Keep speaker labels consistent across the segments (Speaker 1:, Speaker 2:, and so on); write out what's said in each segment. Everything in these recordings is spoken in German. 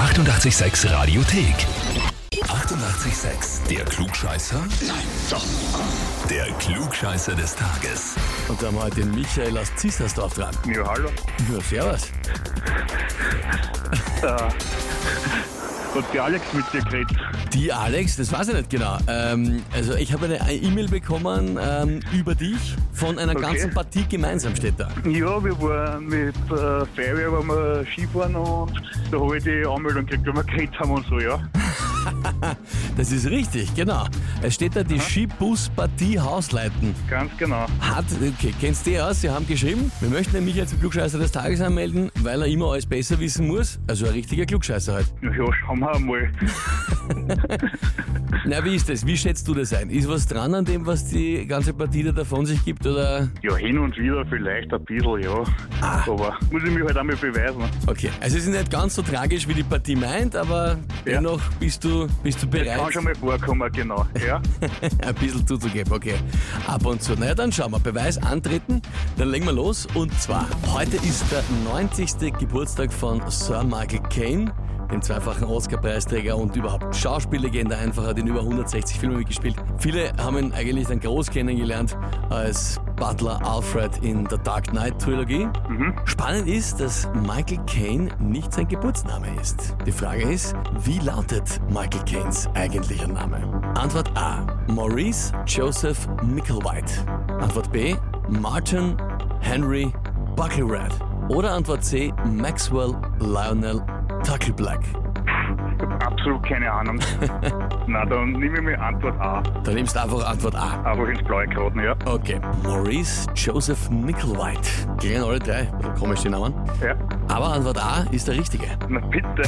Speaker 1: 886 Radiothek. 88,6. Der Klugscheißer? Nein, doch. Der Klugscheißer des Tages.
Speaker 2: Und da haben wir heute den Michael aus Zissersdorf dran.
Speaker 3: Ja, hallo.
Speaker 2: Ja, servus.
Speaker 3: Hat die Alex mit dir geredet?
Speaker 2: Die Alex, das weiß ich nicht genau. Also ich habe eine E-Mail bekommen über dich von einer ganzen Partie gemeinsam, steht da.
Speaker 3: Ja, wir waren mit Feuerwehr waren wir Skifahren und da habe ich die Anmeldung gekriegt, weil wir geredet haben und so, ja.
Speaker 2: Das ist richtig, genau. Es steht da die Skibus-Partie Hausleiten.
Speaker 3: Ganz genau.
Speaker 2: Okay, kennst du die aus? Sie haben geschrieben, wir möchten den Michael zum Klugscheißer des Tages anmelden, weil er immer alles besser wissen muss. Also ein richtiger Klugscheißer halt.
Speaker 3: Ja, schauen wir einmal.
Speaker 2: Na, wie ist das? Wie schätzt du das ein? Ist was dran an dem, was die ganze Partie da davon sich gibt, oder?
Speaker 3: Ja, hin und wieder vielleicht ein bisschen, ja. Aber muss ich mich halt einmal beweisen.
Speaker 2: Okay, also es ist nicht ganz so tragisch, wie die Partie meint, aber dennoch bist du bereit?
Speaker 3: Das kann schon mal vorkommen, genau. Ja.
Speaker 2: Ein bisschen zuzugeben, okay. Ab und zu. Naja, dann schauen wir. Beweis antreten, dann legen wir los. Und zwar, heute ist der 90. Geburtstag von Sir Michael Caine, dem zweifachen Oscar-Preisträger und überhaupt Schauspiellegende, einfach, hat in über 160 Filmen mitgespielt. Viele haben ihn eigentlich dann groß kennengelernt als Butler Alfred in der Dark Knight Trilogie. Spannend ist, dass Michael Caine nicht sein Geburtsname ist. Die Frage ist, wie lautet Michael Caines eigentlicher Name? Antwort A, Maurice Joseph Micklewhite. Antwort B, Martin Henry Bucklered. Oder Antwort C, Maxwell Lionel Tuckleblack.
Speaker 3: Absolut keine Ahnung. Na, dann nehme ich mir Antwort A.
Speaker 2: Dann nimmst du einfach Antwort A.
Speaker 3: Einfach ins Blaue geraten, ja.
Speaker 2: Okay. Maurice Joseph Micklewhite. Klingen alle drei. Oder komisch die Namen.
Speaker 3: Ja.
Speaker 2: Aber Antwort A ist der richtige.
Speaker 3: Na bitte.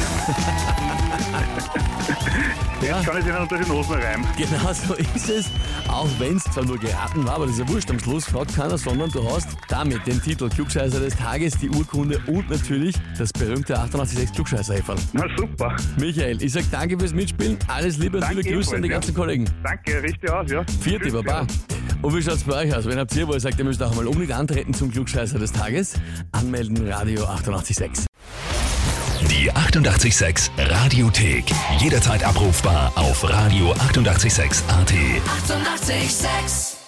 Speaker 2: Ja.
Speaker 3: Kann ich den unter die Nosen reimen.
Speaker 2: Genau so ist es. Auch wenn es zwar nur geraten war, aber das ist ja wurscht. Am Schluss fragt keiner, sondern du hast damit den Titel Klugscheißer des Tages, die Urkunde und natürlich das berühmte 886 Klugscheißer-Häferl.
Speaker 3: Na super.
Speaker 2: Michael, ich sag danke fürs Mitspielen. Alles Liebe und viele Grüße an die ganzen Kollegen.
Speaker 3: Danke, richtig aus, ja.
Speaker 2: Vierte, Baba. Und wie schaut's bei euch aus? Wenn habt ihr, wo ihr sagt, ihr müsst auch mal unbedingt antreten zum Klugscheißer des Tages, anmelden, Radio 886.
Speaker 1: Die 88,6 Radiothek. Jederzeit abrufbar auf radio886.at. 88,6.
Speaker 4: Eighty-eight, 6.